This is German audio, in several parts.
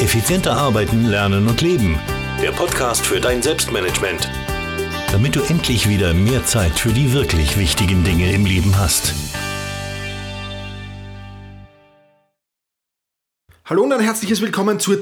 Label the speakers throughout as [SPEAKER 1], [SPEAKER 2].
[SPEAKER 1] Effizienter arbeiten, lernen und leben. Der Podcast für dein Selbstmanagement. Damit du endlich wieder mehr Zeit für die wirklich wichtigen Dinge im Leben hast.
[SPEAKER 2] Hallo und ein herzliches Willkommen zur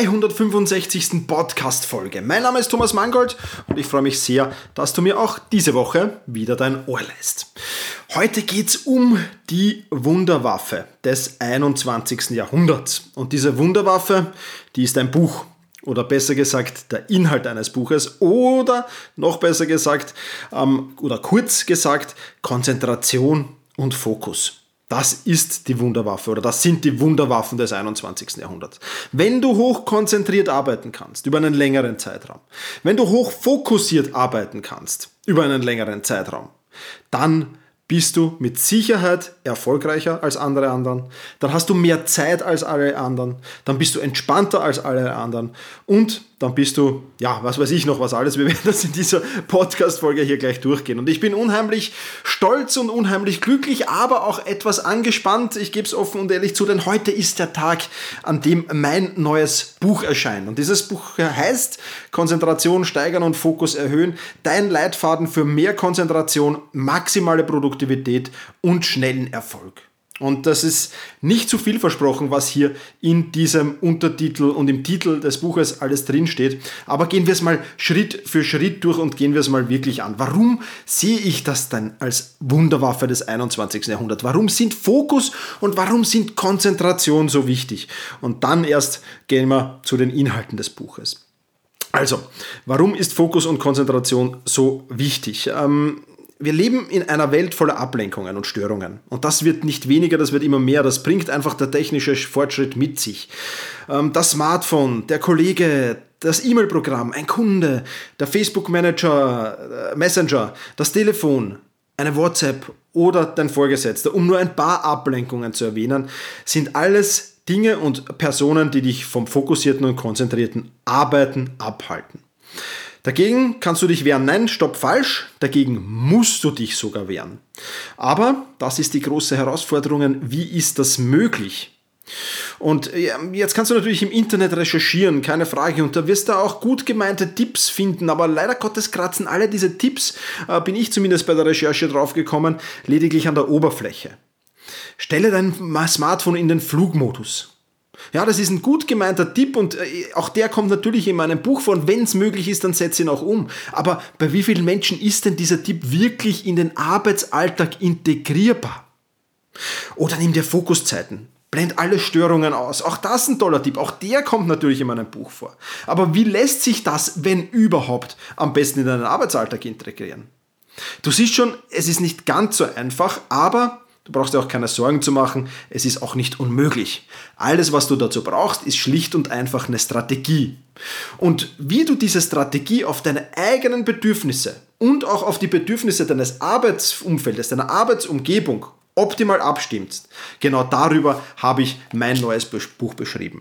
[SPEAKER 2] 265. Podcast-Folge. Mein Name ist Thomas Mangold und ich freue mich sehr, dass du mir auch diese Woche wieder dein Ohr leist. Heute geht's um die Wunderwaffe des 21. Jahrhunderts. Und diese Wunderwaffe, die ist ein Buch. Oder besser gesagt, der Inhalt eines Buches. Oder noch besser gesagt, oder kurz gesagt, Konzentration und Fokus. Das ist die Wunderwaffe oder das sind die Wunderwaffen des 21. Jahrhunderts. Wenn du hochkonzentriert arbeiten kannst über einen längeren Zeitraum, wenn du hochfokussiert arbeiten kannst über einen längeren Zeitraum, dann bist du mit Sicherheit erfolgreicher als alle anderen, dann hast du mehr Zeit als alle anderen, dann bist du entspannter als alle anderen und dann bist du, ja, was weiß ich noch was alles, wir werden das in dieser Podcast-Folge hier gleich durchgehen. Und ich bin unheimlich stolz und unheimlich glücklich, aber auch etwas angespannt, ich gebe es offen und ehrlich zu, denn heute ist der Tag, an dem mein neues Buch erscheint. Und dieses Buch heißt Konzentration steigern und Fokus erhöhen, dein Leitfaden für mehr Konzentration, maximale Produktivität und schnellen Erfolg. Und das ist nicht zu viel versprochen, was hier in diesem Untertitel und im Titel des Buches alles drinsteht. Aber gehen wir es mal Schritt für Schritt durch und gehen wir es mal wirklich an. Warum sehe ich das denn als Wunderwaffe des 21. Jahrhunderts? Warum sind Fokus und warum sind Konzentration so wichtig? Und dann erst gehen wir zu den Inhalten des Buches. Also, warum ist Fokus und Konzentration so wichtig? Wir leben in einer Welt voller Ablenkungen und Störungen. Und das wird nicht weniger, das wird immer mehr. Das bringt einfach der technische Fortschritt mit sich. Das Smartphone, der Kollege, das E-Mail-Programm, ein Kunde, der Facebook-Manager, Messenger, das Telefon, eine WhatsApp oder dein Vorgesetzter, um nur ein paar Ablenkungen zu erwähnen, sind alles Dinge und Personen, die dich vom fokussierten und konzentrierten Arbeiten abhalten. Dagegen kannst du dich wehren. Nein, stopp, falsch. Dagegen musst du dich sogar wehren. Aber das ist die große Herausforderung. Wie ist das möglich? Und jetzt kannst du natürlich im Internet recherchieren, keine Frage. Und da wirst du auch gut gemeinte Tipps finden. Aber leider Gottes kratzen alle diese Tipps, bin ich zumindest bei der Recherche draufgekommen, lediglich an der Oberfläche. Stelle dein Smartphone in den Flugmodus. Ja, das ist ein gut gemeinter Tipp und auch der kommt natürlich in meinem Buch vor und wenn es möglich ist, dann setze ihn auch um. Aber bei wie vielen Menschen ist denn dieser Tipp wirklich in den Arbeitsalltag integrierbar? Oder nimm dir Fokuszeiten. Blend alle Störungen aus. Auch das ist ein toller Tipp. Auch der kommt natürlich in meinem Buch vor. Aber wie lässt sich das, wenn überhaupt, am besten in deinen Arbeitsalltag integrieren? Du siehst schon, es ist nicht ganz so einfach, aber du brauchst dir auch keine Sorgen zu machen, es ist auch nicht unmöglich. Alles, was du dazu brauchst, ist schlicht und einfach eine Strategie. Und wie du diese Strategie auf deine eigenen Bedürfnisse und auch auf die Bedürfnisse deines Arbeitsumfeldes, deiner Arbeitsumgebung optimal abstimmst, genau darüber habe ich mein neues Buch beschrieben.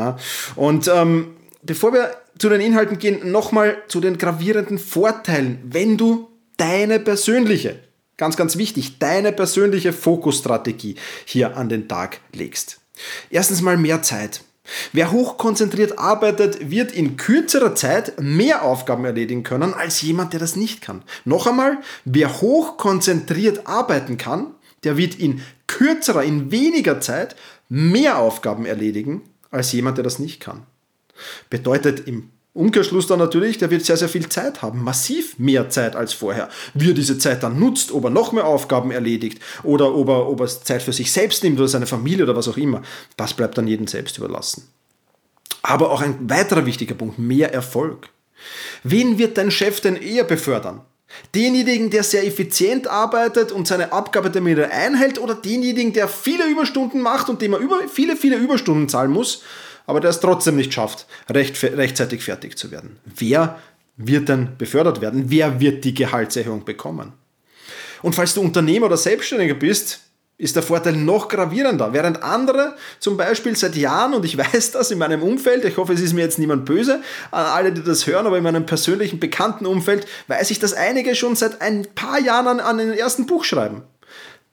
[SPEAKER 2] Und bevor wir zu den Inhalten gehen, nochmal zu den gravierenden Vorteilen, wenn du deine persönliche, ganz, ganz wichtig, deine persönliche Fokusstrategie hier an den Tag legst. Erstens mal mehr Zeit. Wer hochkonzentriert arbeitet, wird in kürzerer Zeit mehr Aufgaben erledigen können als jemand, der das nicht kann. Noch einmal, wer hochkonzentriert arbeiten kann, der wird in kürzerer, in weniger Zeit mehr Aufgaben erledigen als jemand, der das nicht kann. Bedeutet im Umkehrschluss dann natürlich, der wird sehr, sehr viel Zeit haben, massiv mehr Zeit als vorher. Wie er diese Zeit dann nutzt, ob er noch mehr Aufgaben erledigt oder ob er Zeit für sich selbst nimmt oder seine Familie oder was auch immer, das bleibt dann jedem selbst überlassen. Aber auch ein weiterer wichtiger Punkt, mehr Erfolg. Wen wird dein Chef denn eher befördern? Denjenigen, der sehr effizient arbeitet und seine Abgabetermine einhält oder denjenigen, der viele Überstunden macht und dem er viele Überstunden zahlen muss, aber der es trotzdem nicht schafft, rechtzeitig fertig zu werden. Wer wird denn befördert werden? Wer wird die Gehaltserhöhung bekommen? Und falls du Unternehmer oder Selbstständiger bist, ist der Vorteil noch gravierender. Während andere zum Beispiel seit Jahren, und ich weiß das in meinem Umfeld, ich hoffe, es ist mir jetzt niemand böse, an alle, die das hören, aber in meinem persönlichen bekannten Umfeld weiß ich, dass einige schon seit ein paar Jahren an den ersten Buch schreiben.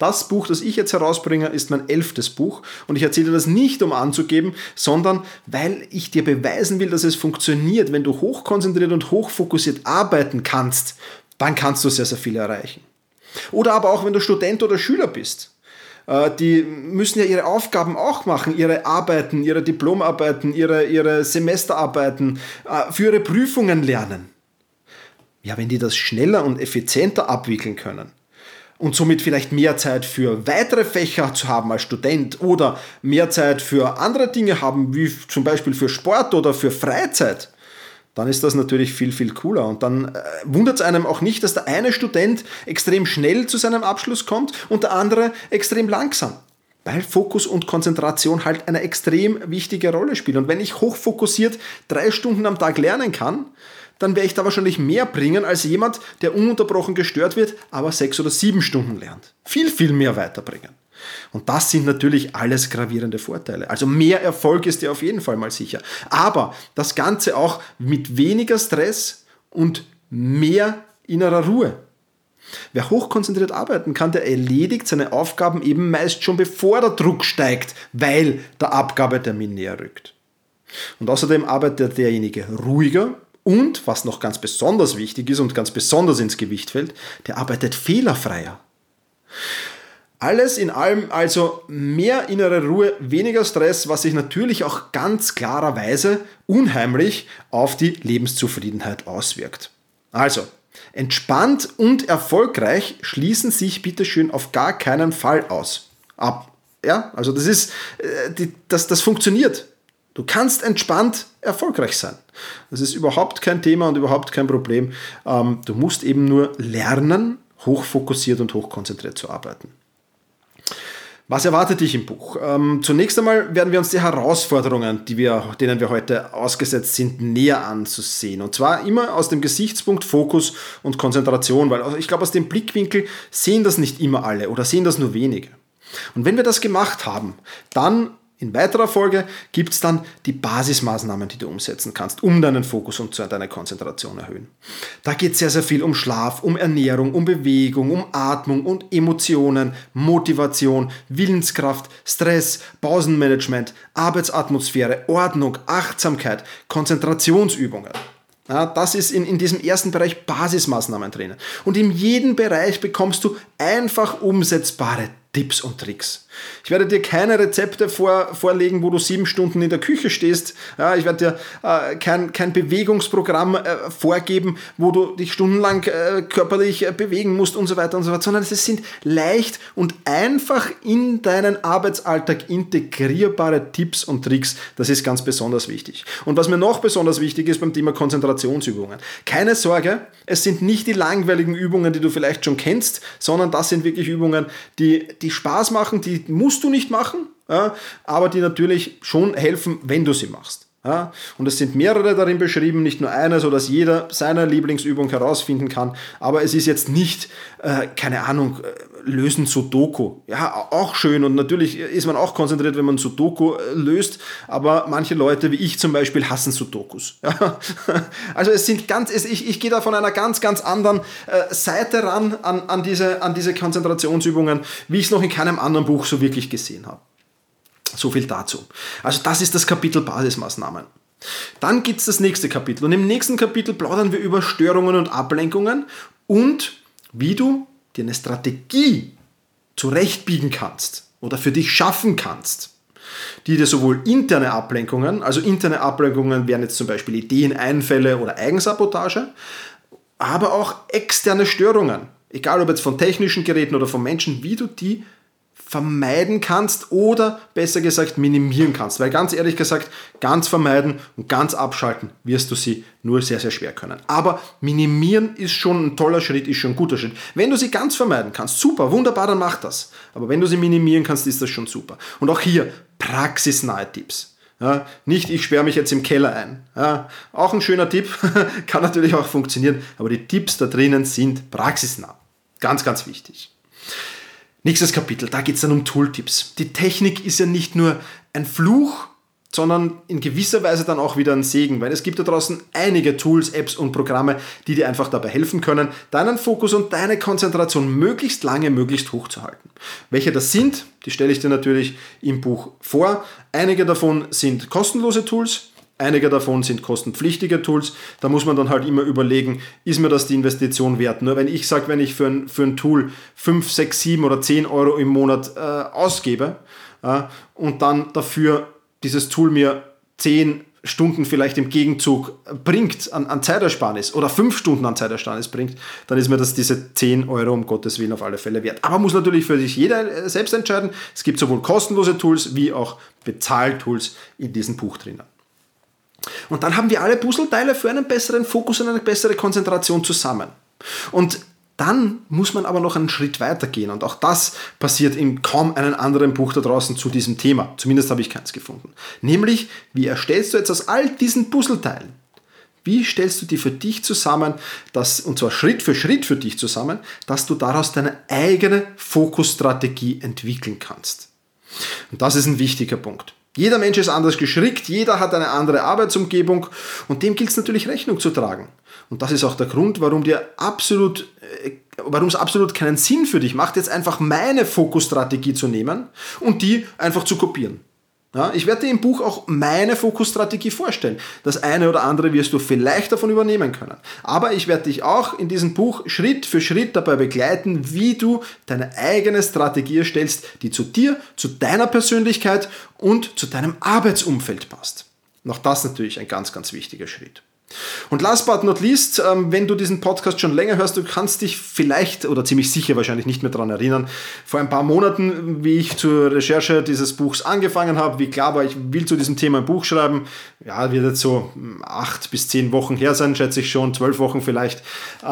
[SPEAKER 2] Das Buch, das ich jetzt herausbringe, ist mein 11. Buch und ich erzähle dir das nicht, um anzugeben, sondern weil ich dir beweisen will, dass es funktioniert. Wenn du hochkonzentriert und hochfokussiert arbeiten kannst, dann kannst du sehr, sehr viel erreichen. Oder aber auch, wenn du Student oder Schüler bist. Die müssen ja ihre Aufgaben auch machen, ihre Arbeiten, ihre Diplomarbeiten, ihre Semesterarbeiten, für ihre Prüfungen lernen. Ja, wenn die das schneller und effizienter abwickeln können und somit vielleicht mehr Zeit für weitere Fächer zu haben als Student oder mehr Zeit für andere Dinge haben, wie zum Beispiel für Sport oder für Freizeit, dann ist das natürlich viel, viel cooler. Und dann wundert es einem auch nicht, dass der eine Student extrem schnell zu seinem Abschluss kommt und der andere extrem langsam. Weil Fokus und Konzentration halt eine extrem wichtige Rolle spielen. Und wenn ich hochfokussiert 3 Stunden am Tag lernen kann, dann werde ich da wahrscheinlich mehr bringen als jemand, der ununterbrochen gestört wird, aber 6 oder 7 Stunden lernt. Viel, viel mehr weiterbringen. Und das sind natürlich alles gravierende Vorteile. Also mehr Erfolg ist dir auf jeden Fall mal sicher. Aber das Ganze auch mit weniger Stress und mehr innerer Ruhe. Wer hochkonzentriert arbeiten kann, der erledigt seine Aufgaben eben meist schon bevor der Druck steigt, weil der Abgabetermin näher rückt. Und außerdem arbeitet derjenige ruhiger und, was noch ganz besonders wichtig ist und ganz besonders ins Gewicht fällt, der arbeitet fehlerfreier. Alles in allem also mehr innere Ruhe, weniger Stress, was sich natürlich auch ganz klarerweise unheimlich auf die Lebenszufriedenheit auswirkt. Also, entspannt und erfolgreich schließen sich bitteschön auf gar keinen Fall aus. Ja, also das funktioniert. Du kannst entspannt erfolgreich sein. Das ist überhaupt kein Thema und überhaupt kein Problem. Du musst eben nur lernen, hochfokussiert und hochkonzentriert zu arbeiten. Was erwartet dich im Buch? Zunächst einmal werden wir uns die Herausforderungen, denen wir heute ausgesetzt sind, näher anzusehen. Und zwar immer aus dem Gesichtspunkt Fokus und Konzentration, weil ich glaube, aus dem Blickwinkel sehen das nicht immer alle oder sehen das nur wenige. Und wenn wir das gemacht haben, dann in weiterer Folge gibt es dann die Basismaßnahmen, die du umsetzen kannst, um deinen Fokus und deine Konzentration erhöhen. Da geht es sehr, sehr viel um Schlaf, um Ernährung, um Bewegung, um Atmung und Emotionen, Motivation, Willenskraft, Stress, Pausenmanagement, Arbeitsatmosphäre, Ordnung, Achtsamkeit, Konzentrationsübungen. Ja, das ist in diesem ersten Bereich Basismaßnahmen drinnen. Und in jedem Bereich bekommst du einfach umsetzbare Tipps und Tricks. Ich werde dir keine Rezepte vorlegen, wo du 7 Stunden in der Küche stehst. Ja, ich werde dir kein Bewegungsprogramm vorgeben, wo du dich stundenlang körperlich bewegen musst und so weiter und so fort, sondern es sind leicht und einfach in deinen Arbeitsalltag integrierbare Tipps und Tricks. Das ist ganz besonders wichtig. Und was mir noch besonders wichtig ist beim Thema Konzentrationsübungen. Keine Sorge, es sind nicht die langweiligen Übungen, die du vielleicht schon kennst, sondern das sind wirklich Übungen, die Spaß machen, die musst du nicht machen, ja, aber die natürlich schon helfen, wenn du sie machst. Ja. Und es sind mehrere darin beschrieben, nicht nur eine, sodass jeder seine Lieblingsübung herausfinden kann. Aber es ist jetzt nicht, lösen Sudoku. Ja, auch schön und natürlich ist man auch konzentriert, wenn man Sudoku löst, aber manche Leute, wie ich zum Beispiel, hassen Sudokus. Ja. Also ich gehe da von einer ganz, ganz anderen Seite ran an diese Konzentrationsübungen, wie ich es noch in keinem anderen Buch so wirklich gesehen habe. So viel dazu. Also das ist das Kapitel Basismaßnahmen. Dann gibt es das nächste Kapitel und im nächsten Kapitel plaudern wir über Störungen und Ablenkungen und wie du dir eine Strategie zurechtbiegen kannst oder für dich schaffen kannst, die dir sowohl interne Ablenkungen, also interne Ablenkungen wären jetzt zum Beispiel Ideen, Einfälle oder Eigensabotage, aber auch externe Störungen, egal ob jetzt von technischen Geräten oder von Menschen, wie du die vermeiden kannst oder besser gesagt minimieren kannst. Weil ganz ehrlich gesagt, ganz vermeiden und ganz abschalten wirst du sie nur sehr, sehr schwer können. Aber minimieren ist schon ein toller Schritt, ist schon ein guter Schritt. Wenn du sie ganz vermeiden kannst, super, wunderbar, dann mach das. Aber wenn du sie minimieren kannst, ist das schon super. Und auch hier praxisnahe Tipps. Ja, nicht, ich sperre mich jetzt im Keller ein. Ja, auch ein schöner Tipp, kann natürlich auch funktionieren, aber die Tipps da drinnen sind praxisnah. Ganz, ganz wichtig. Nächstes Kapitel, da geht es dann um Tooltips. Die Technik ist ja nicht nur ein Fluch, sondern in gewisser Weise dann auch wieder ein Segen, weil es gibt da draußen einige Tools, Apps und Programme, die dir einfach dabei helfen können, deinen Fokus und deine Konzentration möglichst lange, möglichst hoch zu halten. Welche das sind, die stelle ich dir natürlich im Buch vor. Einige davon sind kostenlose Tools, einige davon sind kostenpflichtige Tools. Da muss man dann halt immer überlegen, ist mir das die Investition wert? Nur wenn ich sage, wenn ich für ein Tool 5, 6, 7 oder 10 Euro im Monat ausgebe und dann dafür dieses Tool mir 10 Stunden vielleicht im Gegenzug bringt an Zeitersparnis oder 5 Stunden an Zeitersparnis bringt, dann ist mir das diese 10 Euro um Gottes Willen auf alle Fälle wert. Aber muss natürlich für sich jeder selbst entscheiden. Es gibt sowohl kostenlose Tools wie auch Bezahltools in diesem Buch drinnen. Und dann haben wir alle Puzzleteile für einen besseren Fokus und eine bessere Konzentration zusammen. Und dann muss man aber noch einen Schritt weiter gehen. Und auch das passiert in kaum einem anderen Buch da draußen zu diesem Thema. Zumindest habe ich keins gefunden. Nämlich, wie erstellst du jetzt aus all diesen Puzzleteilen? Wie stellst du die für dich zusammen, und zwar Schritt für dich zusammen, dass du daraus deine eigene Fokusstrategie entwickeln kannst? Und das ist ein wichtiger Punkt. Jeder Mensch ist anders gestrickt, jeder hat eine andere Arbeitsumgebung und dem gilt es natürlich Rechnung zu tragen. Und das ist auch der Grund, warum es absolut keinen Sinn für dich macht, jetzt einfach meine Fokusstrategie zu nehmen und die einfach zu kopieren. Ja, ich werde dir im Buch auch meine Fokusstrategie vorstellen. Das eine oder andere wirst du vielleicht davon übernehmen können. Aber ich werde dich auch in diesem Buch Schritt für Schritt dabei begleiten, wie du deine eigene Strategie erstellst, die zu dir, zu deiner Persönlichkeit und zu deinem Arbeitsumfeld passt. Und auch das natürlich ein ganz, ganz wichtiger Schritt. Und last but not least, wenn du diesen Podcast schon länger hörst, du kannst dich vielleicht oder ziemlich sicher wahrscheinlich nicht mehr daran erinnern, vor ein paar Monaten, wie ich zur Recherche dieses Buchs angefangen habe, wie klar war, ich will zu diesem Thema ein Buch schreiben, ja, wird jetzt so 8 bis 10 Wochen her sein, schätze ich schon, 12 Wochen vielleicht.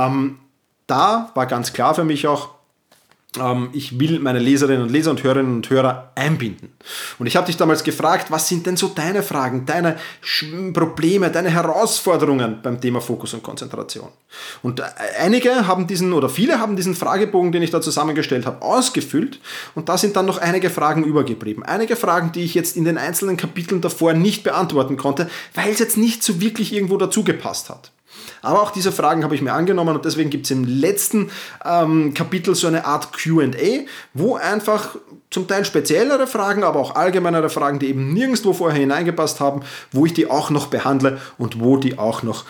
[SPEAKER 2] Da war ganz klar für mich auch, ich will meine Leserinnen und Leser und Hörerinnen und Hörer einbinden. Und ich habe dich damals gefragt, was sind denn so deine Fragen, deine Probleme, deine Herausforderungen beim Thema Fokus und Konzentration? Und viele haben diesen Fragebogen, den ich da zusammengestellt habe, ausgefüllt und da sind dann noch einige Fragen übergeblieben. Einige Fragen, die ich jetzt in den einzelnen Kapiteln davor nicht beantworten konnte, weil es jetzt nicht so wirklich irgendwo dazu gepasst hat. Aber auch diese Fragen habe ich mir angenommen und deswegen gibt es im letzten Kapitel so eine Art Q&A, wo einfach zum Teil speziellere Fragen, aber auch allgemeinere Fragen, die eben nirgendwo vorher hineingepasst haben, wo ich die auch noch behandle und wo die auch noch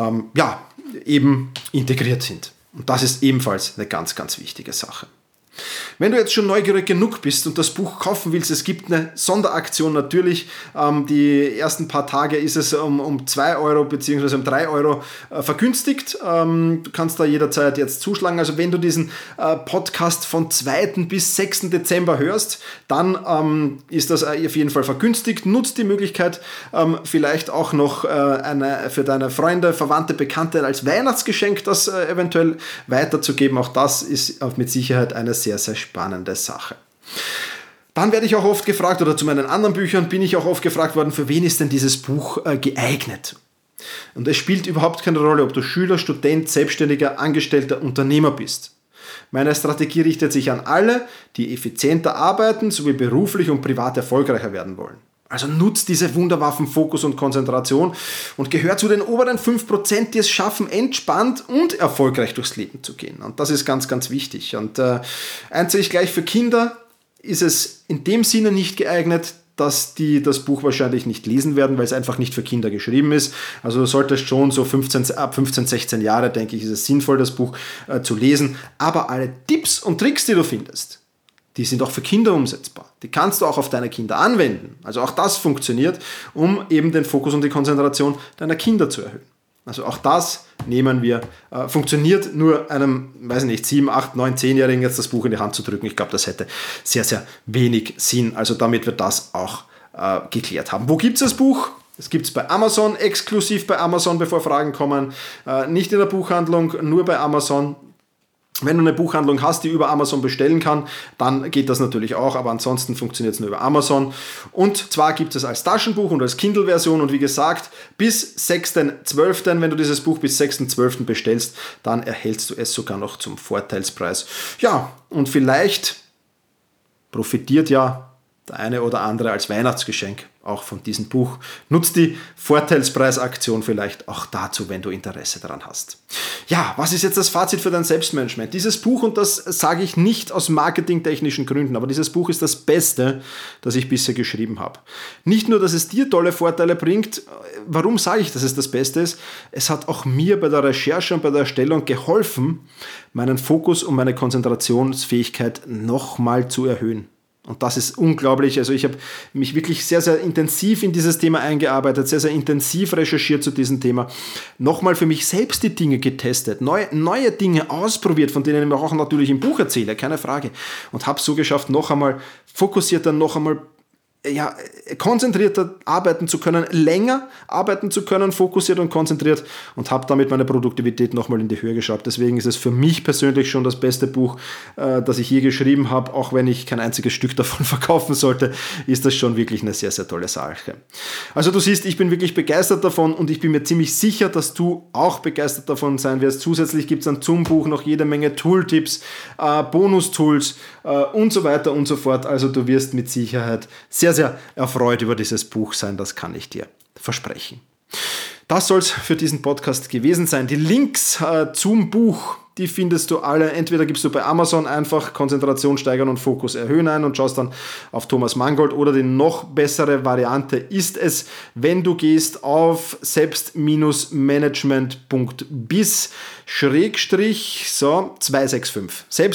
[SPEAKER 2] eben integriert sind. Und das ist ebenfalls eine ganz, ganz wichtige Sache. Wenn du jetzt schon neugierig genug bist und das Buch kaufen willst, es gibt eine Sonderaktion natürlich. Die ersten paar Tage ist es um 2 Euro bzw. um 3 Euro vergünstigt. Du kannst da jederzeit jetzt zuschlagen. Also wenn du diesen Podcast von 2. bis 6. Dezember hörst, dann ist das auf jeden Fall vergünstigt. Nutzt die Möglichkeit, vielleicht auch noch für deine Freunde, Verwandte, Bekannte als Weihnachtsgeschenk das eventuell weiterzugeben. Auch das ist mit Sicherheit eine sehr, sehr spannende Sache. Dann werde ich auch oft gefragt, oder zu meinen anderen Büchern bin ich auch oft gefragt worden, für wen ist denn dieses Buch geeignet? Und es spielt überhaupt keine Rolle, ob du Schüler, Student, Selbstständiger, Angestellter, Unternehmer bist. Meine Strategie richtet sich an alle, die effizienter arbeiten, sowie beruflich und privat erfolgreicher werden wollen. Also nutzt diese Wunderwaffen Fokus und Konzentration und gehört zu den oberen 5%, die es schaffen, entspannt und erfolgreich durchs Leben zu gehen. Und das ist ganz, ganz wichtig. Und einzig gleich für Kinder ist es in dem Sinne nicht geeignet, dass die das Buch wahrscheinlich nicht lesen werden, weil es einfach nicht für Kinder geschrieben ist. Also du solltest schon so ab 15, 16 Jahre, denke ich, ist es sinnvoll, das Buch zu lesen. Aber alle Tipps und Tricks, die du findest, die sind auch für Kinder umsetzbar. Die kannst du auch auf deine Kinder anwenden. Also auch das funktioniert, um eben den Fokus und die Konzentration deiner Kinder zu erhöhen. Also auch das funktioniert nur einem, 7, 8, 9, 10-Jährigen jetzt das Buch in die Hand zu drücken. Ich glaube, das hätte sehr, sehr wenig Sinn. Also damit wir das auch geklärt haben. Wo gibt es das Buch? Es gibt es bei Amazon, exklusiv bei Amazon, bevor Fragen kommen. Nicht in der Buchhandlung, nur bei Amazon. Wenn du eine Buchhandlung hast, die über Amazon bestellen kann, dann geht das natürlich auch, aber ansonsten funktioniert es nur über Amazon. Und zwar gibt es als Taschenbuch und als Kindle-Version und wie gesagt, bis 6.12., wenn du dieses Buch bis 6.12. bestellst, dann erhältst du es sogar noch zum Vorteilspreis. Ja, und vielleicht profitiert ja der eine oder andere als Weihnachtsgeschenk auch von diesem Buch. Nutz die Vorteilspreisaktion vielleicht auch dazu, wenn du Interesse daran hast. Ja, was ist jetzt das Fazit für dein Selbstmanagement? Dieses Buch, und das sage ich nicht aus marketingtechnischen Gründen, aber dieses Buch ist das Beste, das ich bisher geschrieben habe. Nicht nur, dass es dir tolle Vorteile bringt, warum sage ich, dass es das Beste ist? Es hat auch mir bei der Recherche und bei der Erstellung geholfen, meinen Fokus und meine Konzentrationsfähigkeit nochmal zu erhöhen. Und das ist unglaublich. Also ich habe mich wirklich sehr, sehr intensiv in dieses Thema eingearbeitet, sehr, sehr intensiv recherchiert zu diesem Thema. Nochmal für mich selbst die Dinge getestet, neue Dinge ausprobiert, von denen ich auch natürlich im Buch erzähle, keine Frage. Und habe es so geschafft, noch einmal fokussierter, noch einmal konzentrierter arbeiten zu können, länger arbeiten zu können, fokussiert und konzentriert, und habe damit meine Produktivität nochmal in die Höhe geschraubt. Deswegen ist es für mich persönlich schon das beste Buch, das ich je geschrieben habe. Auch wenn ich kein einziges Stück davon verkaufen sollte, ist das schon wirklich eine sehr, sehr tolle Sache. Also du siehst, ich bin wirklich begeistert davon, und ich bin mir ziemlich sicher, dass du auch begeistert davon sein wirst. Zusätzlich gibt es zum Buch noch jede Menge Tooltips, Bonustools und so weiter und so fort. Also du wirst mit Sicherheit sehr, sehr erfreut über dieses Buch sein, das kann ich dir versprechen. Das soll es für diesen Podcast gewesen sein. Die Links zum Buch, die findest du alle. Entweder gibst du bei Amazon einfach Konzentration steigern und Fokus erhöhen ein und schaust dann auf Thomas Mangold, oder die noch bessere Variante ist es, wenn du gehst auf selbst-management.biz /265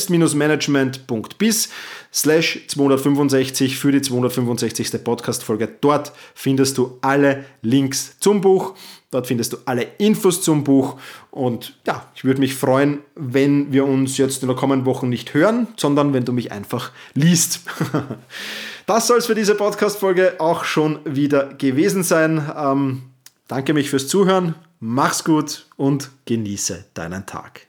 [SPEAKER 2] selbst-management.biz/265 für die 265. Podcast-Folge. Dort findest du alle Links zum Buch. Dort findest du alle Infos zum Buch, und ja, ich würde mich freuen, wenn wir uns jetzt in der kommenden Woche nicht hören, sondern wenn du mich einfach liest. Das soll es für diese Podcast-Folge auch schon wieder gewesen sein. Danke mich fürs Zuhören, mach's gut und genieße deinen Tag.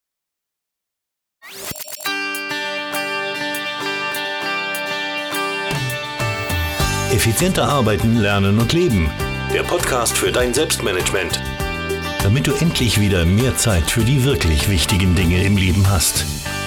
[SPEAKER 1] Effizienter arbeiten, lernen und leben. Der Podcast für dein Selbstmanagement. Damit du endlich wieder mehr Zeit für die wirklich wichtigen Dinge im Leben hast.